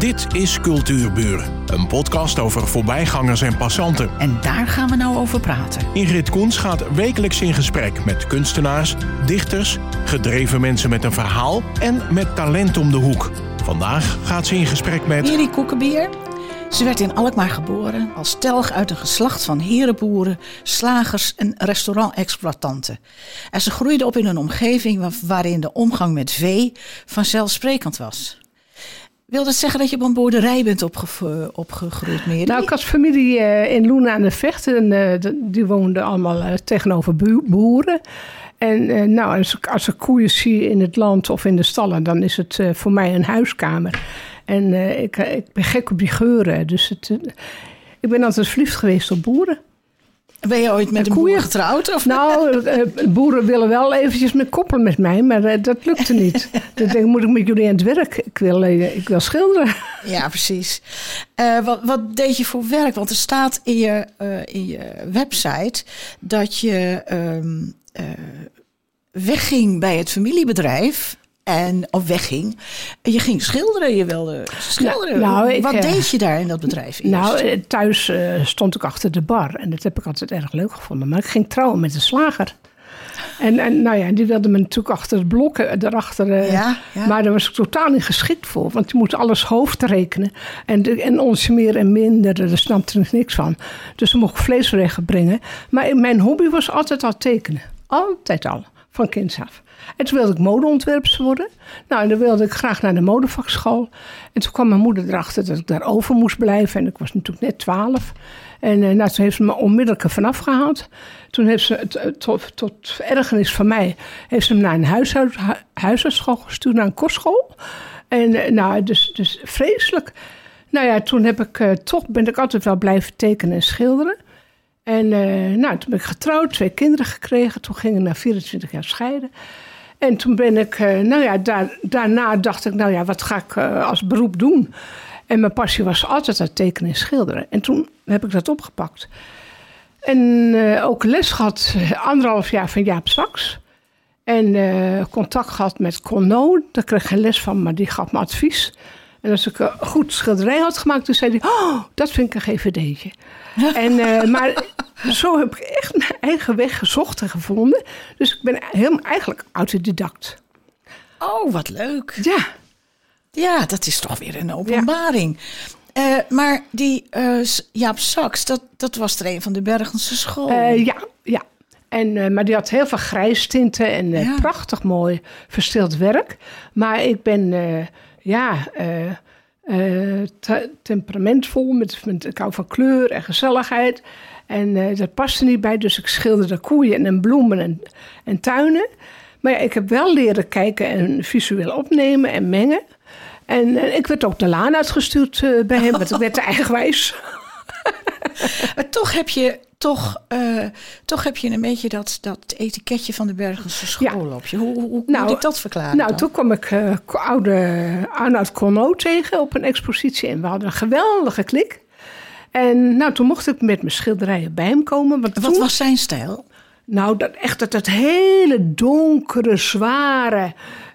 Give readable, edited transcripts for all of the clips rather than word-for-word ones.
Dit is Cultuurburen, een podcast over voorbijgangers en passanten. En daar gaan we nou over praten. Ingrid Koens gaat wekelijks in gesprek met kunstenaars, dichters, gedreven mensen met een verhaal en met talent om de hoek. Vandaag gaat ze in gesprek met Mary Koekebier. Ze werd in Alkmaar geboren als telg uit een geslacht van herenboeren, slagers en restaurantexploitanten. En ze groeide op in een omgeving waarin de omgang met vee vanzelfsprekend was. Wil dat zeggen dat je op een boerderij bent opgegroeid, Mary? Nou, ik had familie in Loenen aan de Vecht. En die woonden allemaal tegenover boeren. En als ik koeien zie in het land of in de stallen, dan is het voor mij een huiskamer. En ik ben gek op die geuren. Dus ik ben altijd verliefd geweest op boeren. Ben je ooit met een boer getrouwd? Of? Nou, boeren willen wel eventjes met koppelen met mij, maar dat lukte niet. Dan denk ik, moet ik met jullie aan het werk? Ik wil schilderen. Ja, precies. Wat deed je voor werk? Want er staat in je website dat je wegging bij het familiebedrijf. Wegging. Je ging schilderen, je wilde schilderen. Wat deed je daar in dat bedrijf eerst? Nou, thuis stond ik achter de bar. En dat heb ik altijd erg leuk gevonden. Maar ik ging trouwen met een slager. En die wilde me natuurlijk achter het blokken erachter. Ja. Maar daar was ik totaal niet geschikt voor. Want je moet alles hoofdrekenen. En ons meer en minder, daar snapte ik niks van. Dus dan mocht ik vlees brengen. Maar mijn hobby was altijd al tekenen. Altijd al. Van kinds af. En toen wilde ik modeontwerpster worden. Nou, en dan wilde ik graag naar de modevakschool. En toen kwam mijn moeder erachter dat ik daarover moest blijven. En ik was natuurlijk net 12. En toen heeft ze me onmiddellijk ervan afgehaald. Toen heeft ze, tot ergernis van mij, heeft ze me naar een huisartsschool gestuurd, naar een kostschool. En dus vreselijk. Nou ja, toen ben ik altijd wel blijven tekenen en schilderen. En toen ben ik getrouwd, 2 kinderen gekregen. Toen ging ik na 24 jaar scheiden. En toen ben ik, daarna dacht ik, wat ga ik als beroep doen? En mijn passie was altijd het tekenen en schilderen. En toen heb ik dat opgepakt. En ook les gehad, 1,5 jaar van Jaap Saks. En contact gehad met Conno. Daar kreeg ik geen les van, maar die gaf me advies. En als ik een goed schilderij had gemaakt, toen zei hij, dat vind ik een GVD'tje. Maar zo heb ik echt mijn eigen weg gezocht en gevonden. Dus ik ben eigenlijk autodidact. Oh, wat leuk. Ja. Ja, dat is toch weer een openbaring. Ja. Maar die Jaap Saks, dat was er een van de Bergense school. Ja. Maar die had heel veel grijstinten en prachtig mooi verstild werk. Maar ik ben temperamentvol, ik hou van kleur en gezelligheid. En dat paste niet bij, dus ik schilderde koeien en bloemen en tuinen. Maar ja, ik heb wel leren kijken en visueel opnemen en mengen. En ik werd ook de laan uitgestuurd bij hem, want ik werd te eigenwijs. Maar toch heb je een beetje dat etiketje van de Bergense school op je. Hoe moet ik dat verklaren? Nou, toen kwam ik oude Arnoud Conno tegen op een expositie. En we hadden een geweldige klik. En toen mocht ik met mijn schilderijen bij hem komen. Wat was zijn stijl? Nou, dat hele donkere, zware,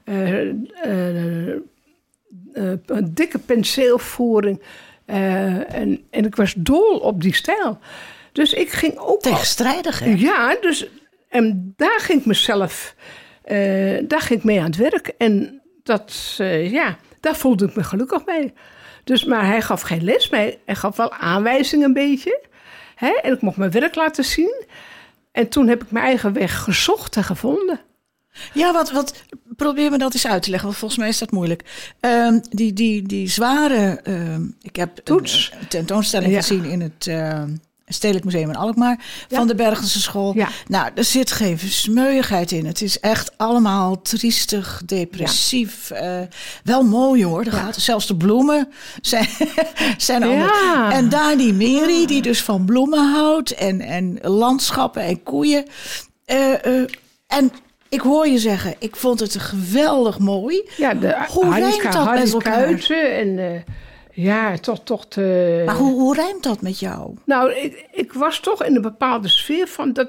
dikke penseelvoering. En ik was dol op die stijl. Dus ik ging ook... Tegenstrijdig, hè? Ja, en daar ging ik mezelf... daar ging ik mee aan het werk. En daar voelde ik me gelukkig mee. Maar hij gaf geen les mee. Hij gaf wel aanwijzingen een beetje. Hè? En ik mocht mijn werk laten zien. En toen heb ik mijn eigen weg gezocht en gevonden. Ja, probeer me dat eens uit te leggen, want volgens mij is dat moeilijk. Die zware... ik heb een tentoonstelling gezien in het Stedelijk Museum in Alkmaar van de Bergense school. Ja. Nou, er zit geen smeuigheid in. Het is echt allemaal triestig, depressief. Ja. Wel mooi hoor. Zelfs de bloemen zijn allemaal... Ja. En daar die Mary, die dus van bloemen houdt en landschappen en koeien. En ik hoor je zeggen, ik vond het geweldig mooi. Ja, hoe rijmt dat met elkaar? Ja, toch te... Maar hoe rijmt dat met jou? Nou, ik was toch in een bepaalde sfeer van dat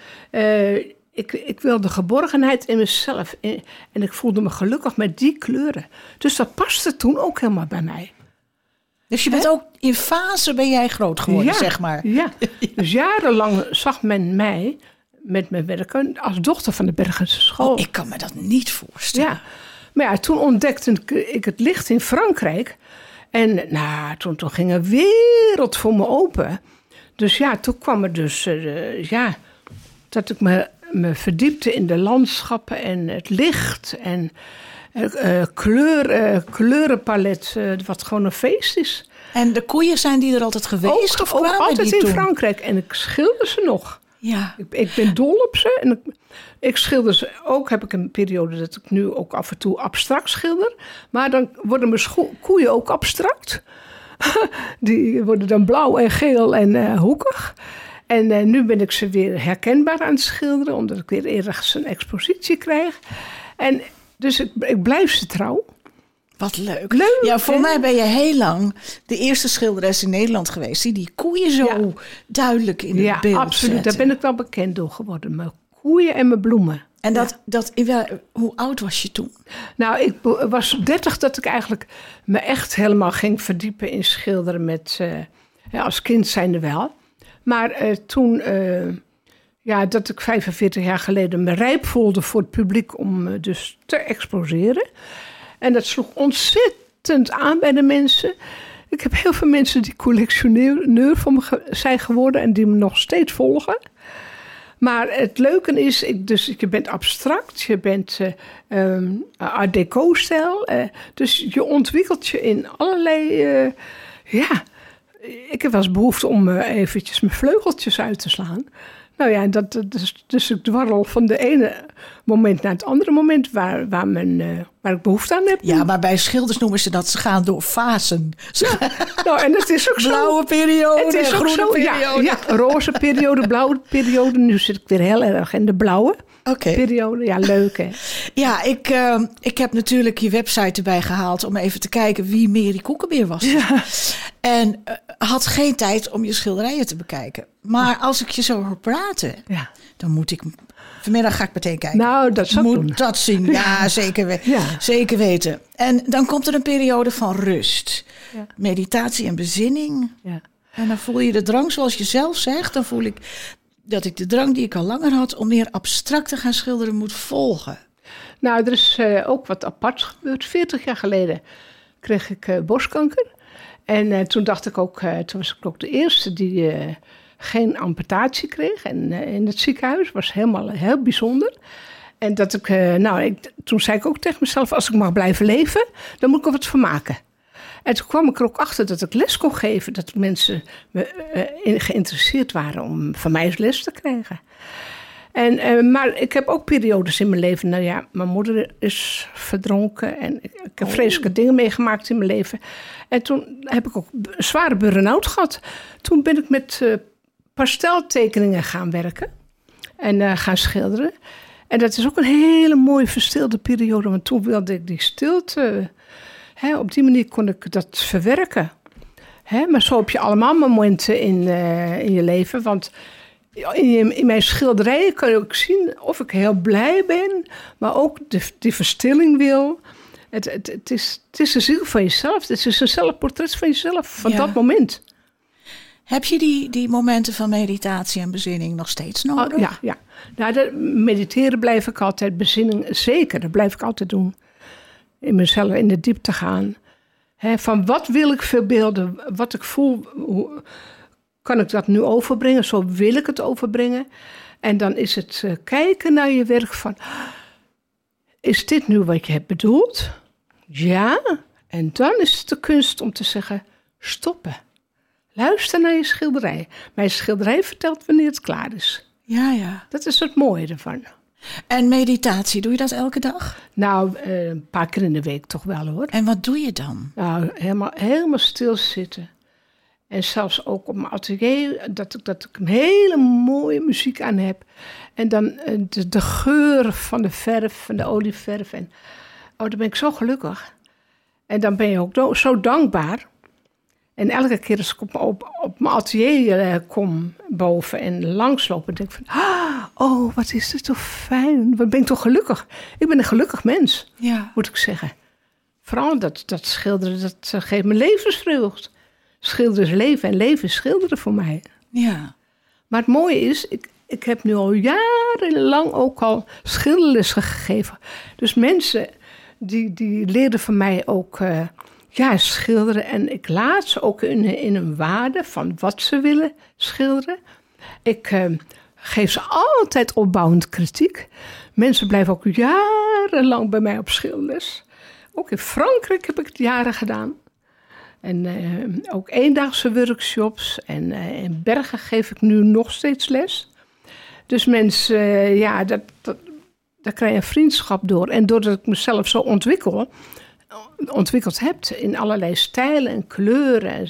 ik wilde geborgenheid in mezelf. En ik voelde me gelukkig met die kleuren. Dus dat paste toen ook helemaal bij mij. Dus je bent ook in fase ben jij groot geworden, zeg maar. Ja, dus jarenlang zag men mij met mijn werken als dochter van de Bergense school. Oh, ik kan me dat niet voorstellen. Ja, maar toen ontdekte ik het licht in Frankrijk. En toen ging een wereld voor me open. Dus toen kwam er dus, dat ik me verdiepte in de landschappen en het licht en kleurenpalet, wat gewoon een feest is. En de koeien, zijn die er altijd geweest? Ook altijd in Frankrijk. En ik schilder ze nog. Ja. Ik ben dol op ze. En ik schilder ze ook. Heb ik een periode dat ik nu ook af en toe abstract schilder. Maar dan worden mijn koeien ook abstract. Die worden dan blauw en geel en hoekig. En nu ben ik ze weer herkenbaar aan het schilderen. Omdat ik weer ergens een expositie krijg. En dus ik blijf ze trouw. Wat leuk. Ja, voor mij ben je heel lang de eerste schilderes in Nederland geweest die koeien zo duidelijk in het beeld absoluut. zetten. Daar ben ik wel bekend door geworden. Mijn koeien en mijn bloemen. En hoe oud was je toen? Nou, ik was 30 dat ik eigenlijk me echt helemaal ging verdiepen in schilderen met, als kind zijnde wel. Maar toen, dat ik 45 jaar geleden me rijp voelde voor het publiek om dus te exposeren. En dat sloeg ontzettend aan bij de mensen. Ik heb heel veel mensen die collectioneur van me zijn geworden en die me nog steeds volgen. Maar het leuke is, je bent abstract, je bent art deco-stijl. Dus je ontwikkelt je in allerlei... ik heb wel eens behoefte om eventjes mijn vleugeltjes uit te slaan. Nou ja, dus ik dwarrel van de ene moment naar het andere moment waar ik behoefte aan heb. Ja, maar bij schilders noemen ze dat ze gaan door fasen. Ja, nou, en het is ook zo. Blauwe periode, het is groene zo, periode. Ja, roze periode, blauwe periode. Nu zit ik weer heel erg in de blauwe periode. Ja, leuk hè. Ja, ik heb natuurlijk je website erbij gehaald om even te kijken wie Mary Koekenbeer was. Ja. En had geen tijd om je schilderijen te bekijken. Maar als ik je zo hoor praten, dan moet ik... Vanmiddag ga ik meteen kijken. Nou, dat zou ik doen. Moet dat zien. Ja, zeker weten. En dan komt er een periode van rust. Ja. Meditatie en bezinning. Ja. En dan voel je de drang, zoals je zelf zegt. Dan voel ik dat ik de drang die ik al langer had om meer abstract te gaan schilderen moet volgen. Nou, er is ook wat apart gebeurd. 40 jaar geleden kreeg ik borstkanker. En toen dacht ik ook, toen was ik ook de eerste die geen amputatie kreeg. En in het ziekenhuis was helemaal heel bijzonder. En dat ik, toen zei ik ook tegen mezelf, als ik mag blijven leven, dan moet ik er wat van maken. En toen kwam ik er ook achter dat ik les kon geven. Dat mensen geïnteresseerd waren om van mij les te krijgen. Maar ik heb ook periodes in mijn leven. Nou ja, mijn moeder is verdronken. En ik heb vreselijke dingen meegemaakt in mijn leven. En toen heb ik ook een zware burn-out gehad. Toen ben ik met pasteltekeningen gaan werken. En gaan schilderen. En dat is ook een hele mooie verstilde periode. Want toen wilde ik die stilte. Op die manier kon ik dat verwerken. Maar zo heb je allemaal momenten in je leven. Want in mijn schilderijen kan je ook zien of ik heel blij ben. Maar ook die verstilling wil. Het is de ziel van jezelf. Het is een zelfportret van jezelf van dat moment. Heb je die momenten van meditatie en bezinning nog steeds nodig? Ja. Nou, mediteren blijf ik altijd. Bezinning zeker, dat blijf ik altijd doen. In mezelf in de diepte gaan. Van wat wil ik verbeelden? Wat ik voel, hoe kan ik dat nu overbrengen? Zo wil ik het overbrengen. En dan is het kijken naar je werk van... Is dit nu wat je hebt bedoeld? Ja. En dan is het de kunst om te zeggen... Stoppen. Luister naar je schilderij. Mijn schilderij vertelt wanneer het klaar is. Ja. Dat is het mooie ervan. En meditatie, doe je dat elke dag? Nou, een paar keer in de week toch wel hoor. En wat doe je dan? Nou, helemaal stilzitten. En zelfs ook op mijn atelier, dat ik een hele mooie muziek aan heb. En dan de geur van de verf, van de olieverf. En dan ben ik zo gelukkig. En dan ben je ook zo dankbaar. En elke keer als ik op mijn atelier kom boven en langslopen, denk ik van, wat is dit toch fijn. Wat ben ik toch gelukkig. Ik ben een gelukkig mens, moet ik zeggen. Vooral dat schilderen, dat geeft me levensvreugd. schilderen is leven en leven is schilderen voor mij. Ja. Maar het mooie is, ik heb nu al jarenlang ook al schilderlessen gegeven. Dus mensen die leren van mij ook schilderen. En ik laat ze ook in een waarde van wat ze willen schilderen. Ik geef ze altijd opbouwend kritiek. Mensen blijven ook jarenlang bij mij op schilderles. Ook in Frankrijk heb ik het jaren gedaan. En ook eendaagse workshops. En in Bergen geef ik nu nog steeds les. Dus mensen, daar krijg je een vriendschap door. En doordat ik mezelf zo ontwikkeld heb in allerlei stijlen en kleuren.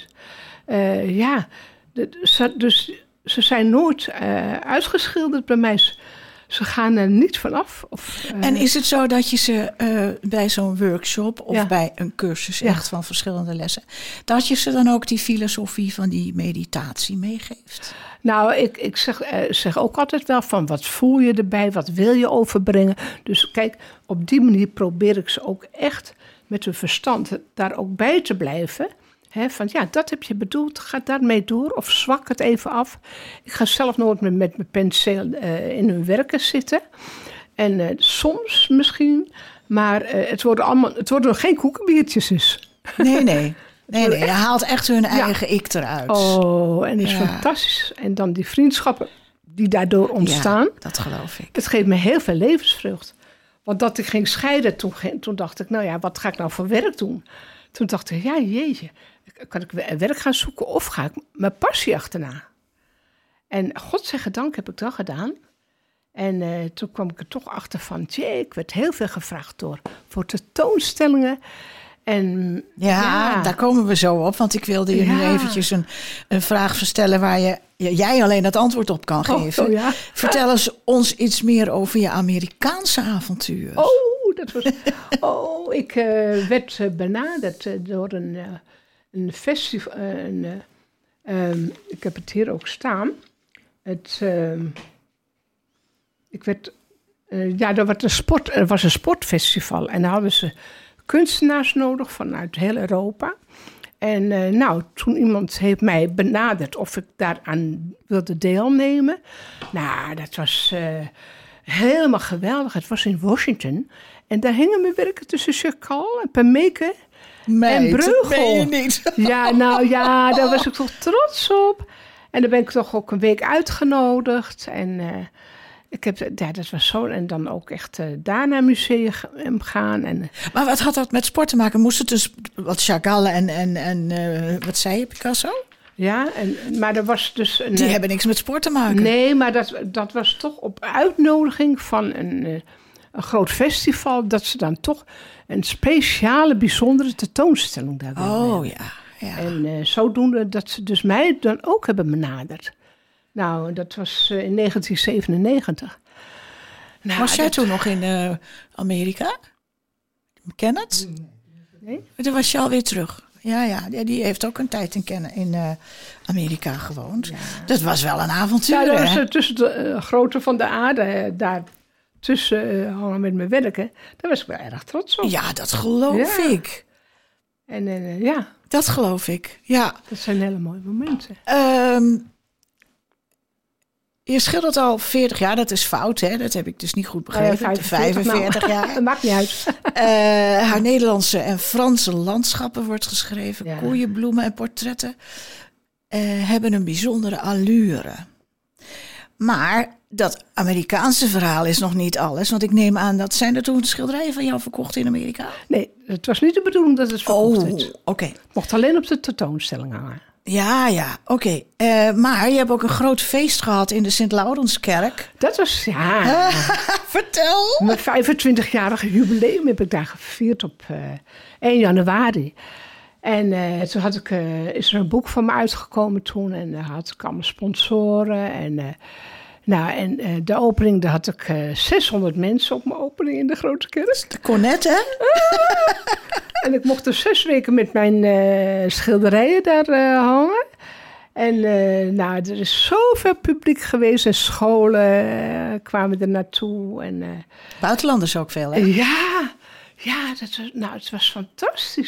Dus ze zijn nooit uitgeschilderd bij mij. Ze gaan er niet vanaf. En is het zo dat je ze bij zo'n workshop of bij een cursus echt van verschillende lessen, dat je ze dan ook die filosofie van die meditatie meegeeft? Nou, ik zeg ook altijd wel van wat voel je erbij, wat wil je overbrengen. Dus kijk, op die manier probeer ik ze ook echt met hun verstand daar ook bij te blijven. Van dat heb je bedoeld, ga daarmee door of zwak het even af. Ik ga zelf nooit met mijn penseel in hun werken zitten. En soms misschien, maar het worden geen koekenbiertjes dus. Nee. Je haalt echt hun eigen ik eruit. Oh, en dat is fantastisch. En dan die vriendschappen die daardoor ontstaan. Ja, dat geloof ik. Het geeft me heel veel levensvreugd. Want dat ik ging scheiden, toen dacht ik, wat ga ik nou voor werk doen? Toen dacht ik, jeetje, kan ik werk gaan zoeken of ga ik mijn passie achterna? En godzijdank heb ik dat gedaan. En toen kwam ik er toch achter van, ik werd heel veel gevraagd voor tentoonstellingen. En, daar komen we zo op, want ik wilde je nu eventjes een vraag verstellen waar jij alleen het antwoord op kan geven. Vertel eens ons iets meer over je Amerikaanse avontuur. Ik werd benaderd door een festival. Ik heb het hier ook staan. Er was een sportfestival en daar hadden ze kunstenaars nodig vanuit heel Europa. En toen iemand heeft mij benaderd of ik daaraan wilde deelnemen. Nou, dat was helemaal geweldig. Het was in Washington. En daar hingen mijn werken tussen Chagall en Pameke en Breugel. Ben je niet? Daar was ik toch trots op. En dan ben ik toch ook een week uitgenodigd. En dat was zo. En dan ook echt daar naar het museum gaan. Maar wat had dat met sport te maken? Moest het dus wat Chagall en wat zei je, Picasso? Ja, maar er was dus die hebben niks met sport te maken. Nee, maar dat was toch op uitnodiging van een groot festival, dat ze dan toch een speciale, bijzondere tentoonstelling daar wilden. Ja. En zodoende dat ze dus mij dan ook hebben benaderd. Nou, dat was in 1997. Was jij toen nog in Amerika? Ken het? Nee. Toen was je alweer terug. Ja, die heeft ook een tijd in Amerika gewoond. Ja. Dat was wel een avontuur. Ja, dat was tussen de grootte van de aarde, daar tussen hangen met mijn werken. Daar was ik wel erg trots op. Ja, dat geloof ik. En dat geloof ik, ja. Dat zijn hele mooie momenten. Je schildert al 40 jaar, dat is fout, hè? Dat heb ik dus niet goed begrepen. 45 jaar. Dat maakt niet uit. Haar Nederlandse en Franse landschappen wordt geschreven. Ja. Koeien, bloemen en portretten hebben een bijzondere allure. Maar dat Amerikaanse verhaal is nog niet alles. Want ik neem aan, dat zijn er toen schilderijen van jou verkocht in Amerika? Nee, het was niet de bedoeling dat het verkocht werd. Oké. Het mocht alleen op de tentoonstelling hangen. Ja, oké. Maar je hebt ook een groot feest gehad in de Sint-Laurenskerk. Dat was, Vertel. Mijn 25-jarige jubileum heb ik daar gevierd op 1 januari. En toen is er een boek van me uitgekomen toen. En had ik allemaal sponsoren. En de opening, daar had ik 600 mensen op mijn opening in de grote kerk. De cornet, hè? En ik mocht er 6 weken met mijn schilderijen daar hangen. En er is zoveel publiek geweest en scholen kwamen er naartoe. Buitenlanders ook veel, hè? Ja, het was fantastisch.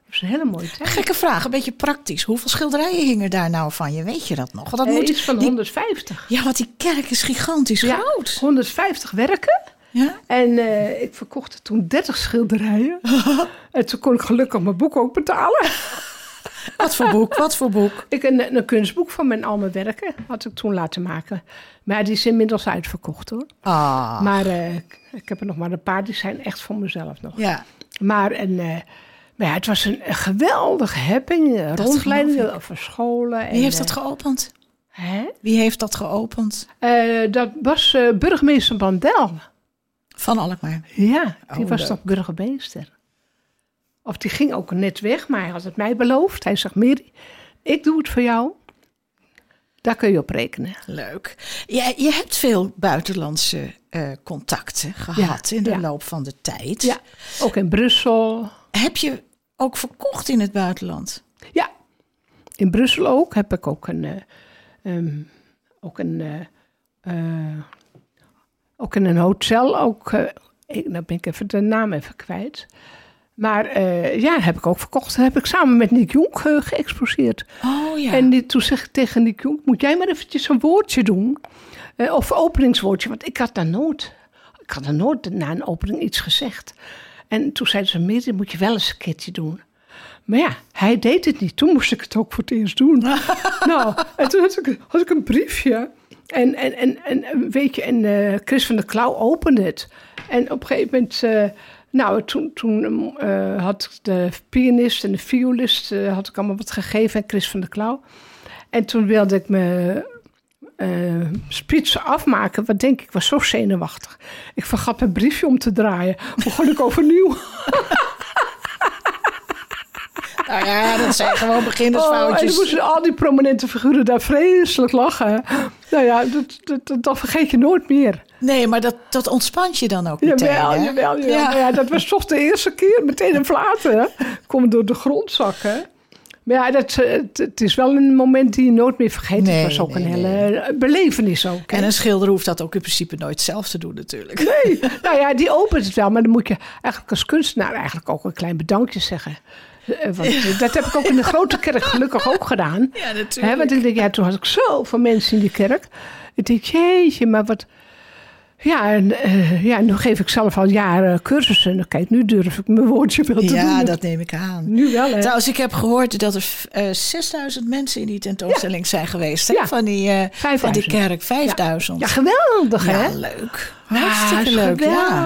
Dat is een hele mooie tijd. Gekke vraag, een beetje praktisch. Hoeveel schilderijen hingen daar nou van je? Weet je dat nog? Dat moet iets van 150. Ja, want die kerk is gigantisch groot. 150 werken. Ja? En ik verkocht toen 30 schilderijen. En toen kon ik gelukkig mijn boek ook betalen. Wat voor boek? Een kunstboek van al mijn werken had ik toen laten maken. Maar die is inmiddels uitverkocht hoor. Ah. Maar ik heb er nog maar een paar, die zijn echt voor mezelf nog. Ja. Maar het was een geweldige happing. Rondleidingen over scholen. Wie heeft dat geopend? Wie heeft dat geopend? Dat was burgemeester Bandel. Van Alkmaar? Ja, die was toch burgemeester. Of die ging ook net weg, maar hij had het mij beloofd. Hij zegt, Mary, ik doe het voor jou. Daar kun je op rekenen. Leuk. Je hebt veel buitenlandse contacten gehad in de loop van de tijd. Ja, ook in Brussel. Heb je ook verkocht in het buitenland? Ja, in Brussel ook. Heb ik ook in een hotel. Nou ben ik even de naam even kwijt. Maar heb ik ook verkocht. Dat heb ik samen met Nick Jonk geëxposeerd. Oh ja. En toen zeg ik tegen Nick Jonk, moet jij maar eventjes een woordje doen? Of openingswoordje, want ik had daar nooit na een opening iets gezegd. En toen zeiden ze, Mary, moet je wel eens een keertje doen. Maar ja, hij deed het niet. Toen moest ik het ook voor het eerst doen. Nou, en toen had ik een briefje. En weet je, en Chris van der Klauw opende het. En op een gegeven moment... toen had ik de pianist en de violist had ik allemaal wat gegeven. En Chris van der Klauw. En toen wilde ik me speech afmaken. Wat denk ik, was zo zenuwachtig. Ik vergat mijn briefje om te draaien. Begon ik overnieuw. Nou ja, dat zijn gewoon beginnersfoutjes. En dan moesten al die prominente figuren daar vreselijk lachen. Nou ja, dat vergeet je nooit meer. Nee, maar dat ontspant je dan ook meteen. Jawel. Ja, dat was toch de eerste keer meteen een flaten. Kom door de grond zakken. Maar ja, het is wel een moment die je nooit meer vergeet. Het was ook een hele belevenis ook. En een schilder hoeft dat ook in principe nooit zelf te doen natuurlijk. Nee, nou ja, die opent het wel. Maar dan moet je eigenlijk als kunstenaar eigenlijk ook een klein bedankje zeggen. Want dat heb ik ook in de grote kerk gelukkig ook gedaan. Ja, natuurlijk. Want ik denk, toen had ik zoveel mensen in die kerk. Ik denk, jeetje, maar wat... Ja, en nu geef ik zelf al jaren cursussen. Kijk, nu durf ik mijn woordje wel te doen. Ja, dat neem ik aan. Nu wel, hè. Trouwens, ik heb gehoord dat er 6000 mensen in die tentoonstelling zijn geweest. Hè? Ja. Van die kerk, 5000. Ja, geweldig, hè? Ja, leuk. Hartstikke leuk.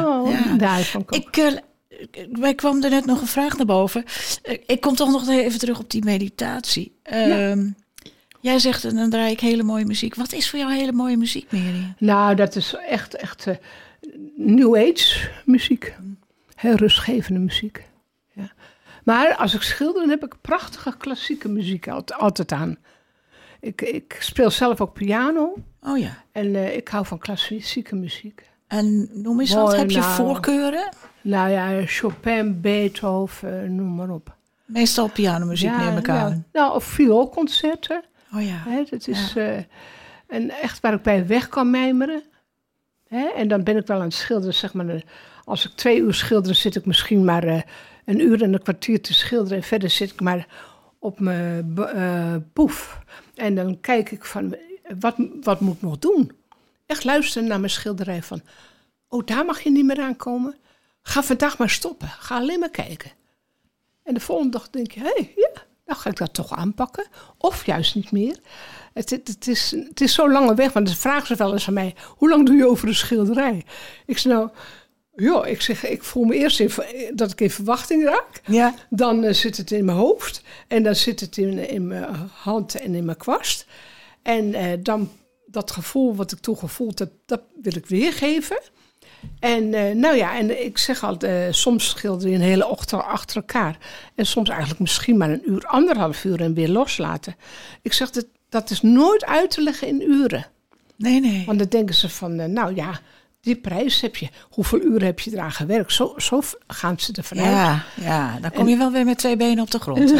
Ja. Wij kwam er net nog een vraag naar boven. Ik kom toch nog even terug op die meditatie. Jij zegt, en dan draai ik hele mooie muziek. Wat is voor jou hele mooie muziek, Mary? Nou, dat is echt New Age muziek. Heel rustgevende muziek. Ja. Maar als ik schilder, dan heb ik prachtige klassieke muziek altijd aan. Ik speel zelf ook piano. Oh ja. En ik hou van klassieke muziek. En noem eens wat, heb je voorkeuren? Nou ja, Chopin, Beethoven, noem maar op. Meestal pianomuziek neem ik aan. Ja. Nou, of vioolconcerten. Oh ja. Dat is en echt waar ik bij weg kan mijmeren. En dan ben ik wel aan het schilderen. Zeg maar, als ik 2 uur schilder, zit ik misschien maar 1 uur en een kwartier te schilderen. En verder zit ik maar op mijn poef. En dan kijk ik van, wat moet ik nog doen? Echt luisteren naar mijn schilderij van... Oh, daar mag je niet meer aankomen. Ga vandaag maar stoppen. Ga alleen maar kijken. En de volgende dag denk je, dan ga ik dat toch aanpakken. Of juist niet meer. Het is zo'n lange weg, want dan vragen ze wel eens aan mij... Hoe lang doe je over een schilderij? Ik zeg, ik voel me eerst dat ik in verwachting raak. Ja. Dan zit het in mijn hoofd. En dan zit het in mijn hand en in mijn kwast. En dan dat gevoel wat ik toen gevoeld heb, dat wil ik weergeven. En en ik zeg altijd, soms schilder je een hele ochtend achter elkaar. En soms eigenlijk misschien maar 1 uur, 1,5 uur en weer loslaten. Ik zeg, dat is nooit uit te leggen in uren. Nee. Want dan denken ze van, die prijs heb je. Hoeveel uren heb je eraan gewerkt? Zo gaan ze ervan uit. Ja, dan kom je wel weer met 2 benen op de grond.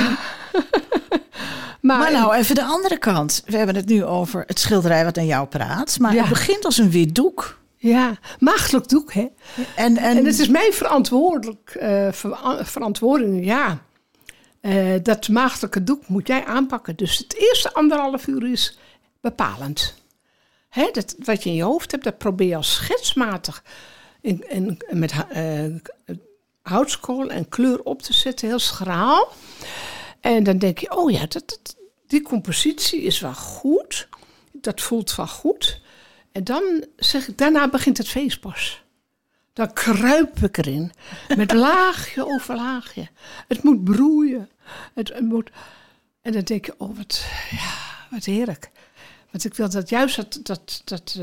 Maar nou, even de andere kant. We hebben het nu over het schilderij wat aan jou praat. Maar het begint als een wit doek. Ja, maagdelijk doek, hè. En het is mijn verantwoording, Dat maagdelijke doek moet jij aanpakken. Dus het eerste 1,5 uur is bepalend. Wat je in je hoofd hebt, dat probeer je als schetsmatig met houtskool en kleur op te zetten. Heel schraal. En dan denk je, die compositie is wel goed. Dat voelt wel goed. En dan zeg ik, daarna begint het feest pas. Dan kruip ik erin. Met laagje over laagje. Het moet broeien. Het moet... En dan denk je, wat heerlijk. Want ik wil dat juist dat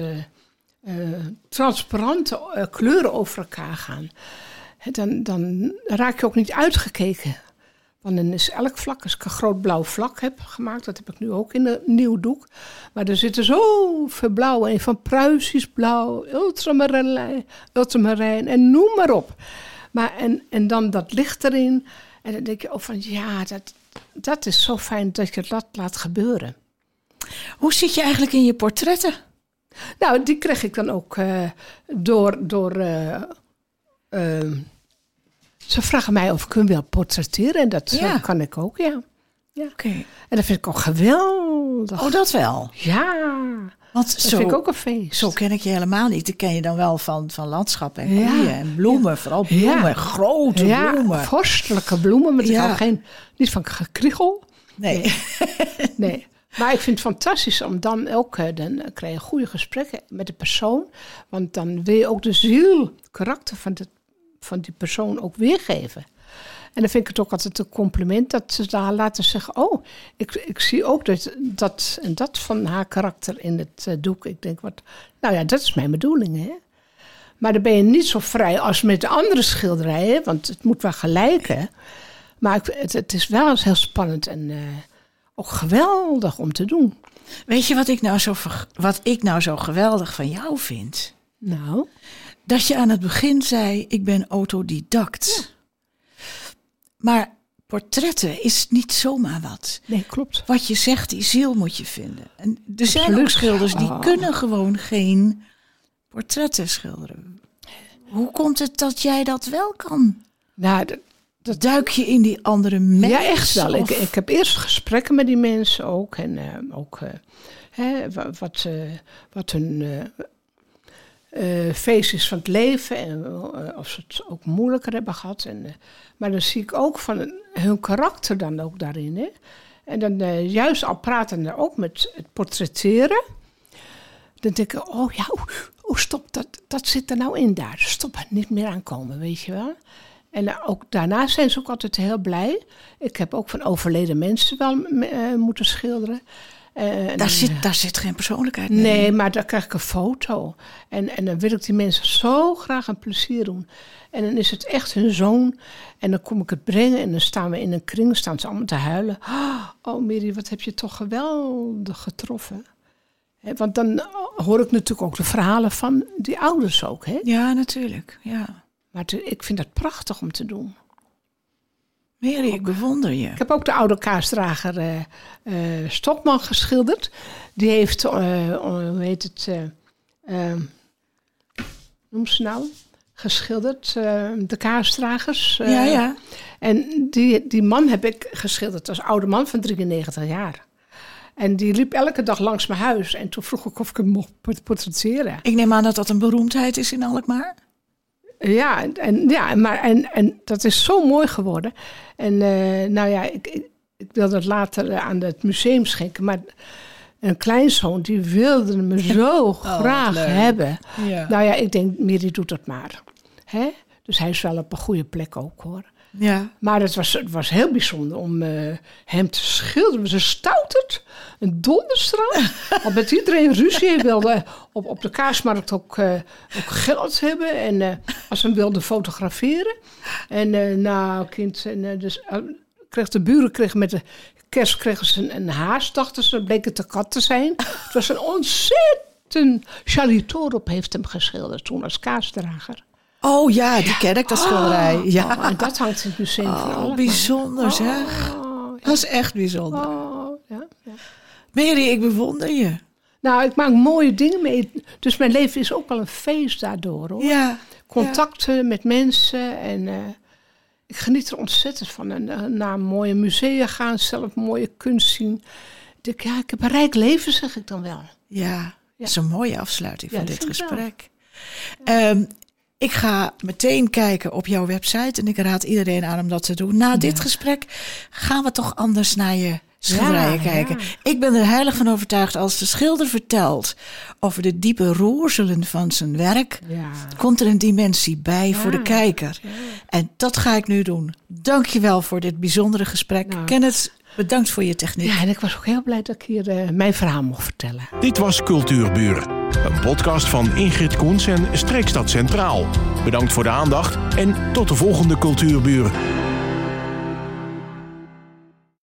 transparante kleuren over elkaar gaan. Dan raak je ook niet uitgekeken. Want dan is elk vlak, als ik een groot blauw vlak heb gemaakt, dat heb ik nu ook in een nieuw doek. Maar er zitten zoveel blauw in, van Pruisisch blauw, ultramarijn en noem maar op. Maar en dan dat licht erin. En dan denk je, dat is zo fijn dat je dat laat gebeuren. Hoe zit je eigenlijk in je portretten? Nou, die kreeg ik dan ook door ze vragen mij of ik hun wil portretteren. En dat kan ik ook, ja. Okay. En dat vind ik ook geweldig. Oh, dat wel? Ja. Want dat vind ik ook een feest. Zo ken ik je helemaal niet. Dat ken je dan wel van landschappen en koeien en bloemen. Vooral bloemen, grote bloemen. Vorstelijke bloemen. Maar ik hou niet van gekriegel. Nee. Nee. Maar ik vind het fantastisch om dan ook... Dan krijg je goede gesprekken met de persoon. Want dan wil je ook de ziel, het karakter van die persoon ook weergeven. En dan vind ik het ook altijd een compliment dat ze daar laten zeggen... ik zie ook dat en dat van haar karakter in het doek. Ik denk, dat is mijn bedoeling, hè. Maar dan ben je niet zo vrij als met de andere schilderijen... want het moet wel gelijk, hè. Maar het is wel eens heel spannend en ook geweldig om te doen. Weet je wat ik nou zo geweldig van jou vind? Nou? Dat je aan het begin zei, ik ben autodidact. Ja. Maar portretten is niet zomaar wat. Nee, klopt. Wat je zegt, die ziel moet je vinden. En er zijn ook schilders die kunnen gewoon geen portretten schilderen. Hoe komt het dat jij dat wel kan? Nou, dat duik je in die andere mensen? Ja, echt wel. Ik heb eerst gesprekken met die mensen ook. En wat hun... feest is van het leven en of ze het ook moeilijker hebben gehad. Maar dan zie ik ook van hun karakter dan ook daarin. Hè? En dan juist al praten er ook met het portretteren. Dan denk ik, stop, dat zit er nou in daar. Stop, niet meer aankomen, weet je wel. En ook daarna zijn ze ook altijd heel blij. Ik heb ook van overleden mensen wel moeten schilderen. Daar zit geen persoonlijkheid mee. Nee, maar dan krijg ik een foto. En dan wil ik die mensen zo graag een plezier doen. En dan is het echt hun zoon. En dan kom ik het brengen en dan staan we in een kring. Staan ze allemaal te huilen. Oh Miri, wat heb je toch geweldig getroffen. Want dan hoor ik natuurlijk ook de verhalen van die ouders ook. Hè? Ja, natuurlijk. Ja. Maar ik vind dat prachtig om te doen. Miri, ik bewonder je. Ik heb ook de oude kaasdrager Stokman geschilderd. Die heeft, noem ze nou, geschilderd, de kaasdragers. Ja. En die man heb ik geschilderd als oude man van 93 jaar. En die liep elke dag langs mijn huis. En toen vroeg ik of ik hem mocht portretteren. Ik neem aan dat dat een beroemdheid is in Alkmaar. Ja, en dat is zo mooi geworden. En ik wil dat later aan het museum schenken. Maar een kleinzoon, die wilde me zo graag hebben. Ja. Nou ja, ik denk, Miri doet dat maar. Hè? Dus hij is wel op een goede plek ook, hoor. Ja. Maar het was heel bijzonder om hem te schilderen. Ze stouterd, een donderstraat. Al met iedereen ruzie. Hij wilde op de kaarsmarkt ook geld hebben. En als ze hem wilden fotograferen. En de buren kregen met de kerst een haas. Dachten ze, bleek het een kat te zijn. Het was een ontzettend... Charlie Torup heeft hem geschilderd toen als kaasdrager. Oh ja, die ken ik, dat schilderij. Ja. En dat hangt in het museum van Alkmaar. Bijzonder zeg. Ja. Dat is echt bijzonder. Ja. Miri, ik bewonder je. Nou, ik maak mooie dingen mee. Dus mijn leven is ook wel een feest daardoor, hoor. Ja. Contacten met mensen. En Ik geniet er ontzettend van. En naar mooie musea gaan, zelf mooie kunst zien. Ik heb een rijk leven, zeg ik dan wel. Ja, dat is een mooie afsluiting van dit gesprek. Ik ga meteen kijken op jouw website. En ik raad iedereen aan om dat te doen. Na dit gesprek gaan we toch anders naar je schilderijen kijken. Ja. Ik ben er heilig van overtuigd, als de schilder vertelt over de diepe roerselen van zijn werk, komt er een dimensie bij voor de kijker. Ja. En dat ga ik nu doen. Dank je wel voor dit bijzondere gesprek. Kenneth, bedankt voor je techniek. Ja, en ik was ook heel blij dat ik hier mijn verhaal mocht vertellen. Dit was Cultuurburen, een podcast van Ingrid Koens en Streekstad Centraal. Bedankt voor de aandacht en tot de volgende Cultuurburen.